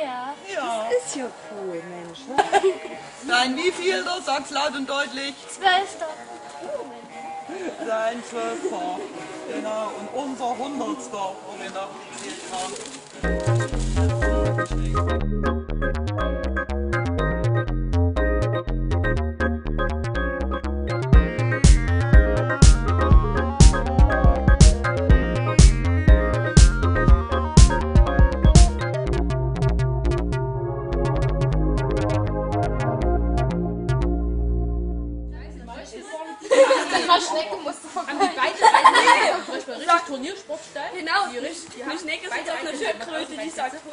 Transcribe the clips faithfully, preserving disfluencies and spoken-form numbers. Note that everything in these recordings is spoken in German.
Ja. Ja. Das ist ja cool, Mensch. Ne? Dein wievielter? Sag's laut und deutlich. Zwölfter. Sein Zwölfter. Genau. Und unser Hundertster, wo wir nachgezählt haben. Schnecke musst du haben die beide Seiten zum Beispiel richtig Turniersportstall. Genau. Die richtig, die Eine Schnecke ist jetzt auch eine Schildkröte, die sagt Oh.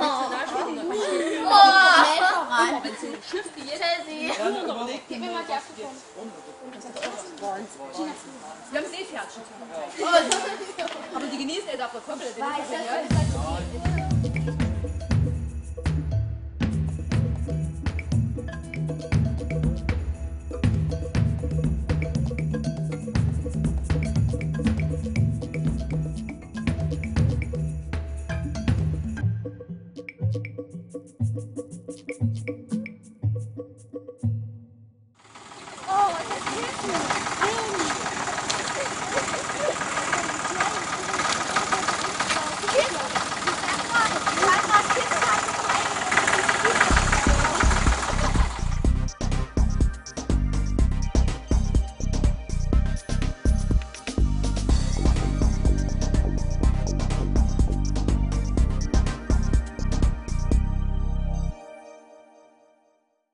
Wenn sie ein Schiff wie jetzt Gib mir mal die Apfelform. wir haben Seepferdchen. Aber die genießen ja dafür komplett. Thank you.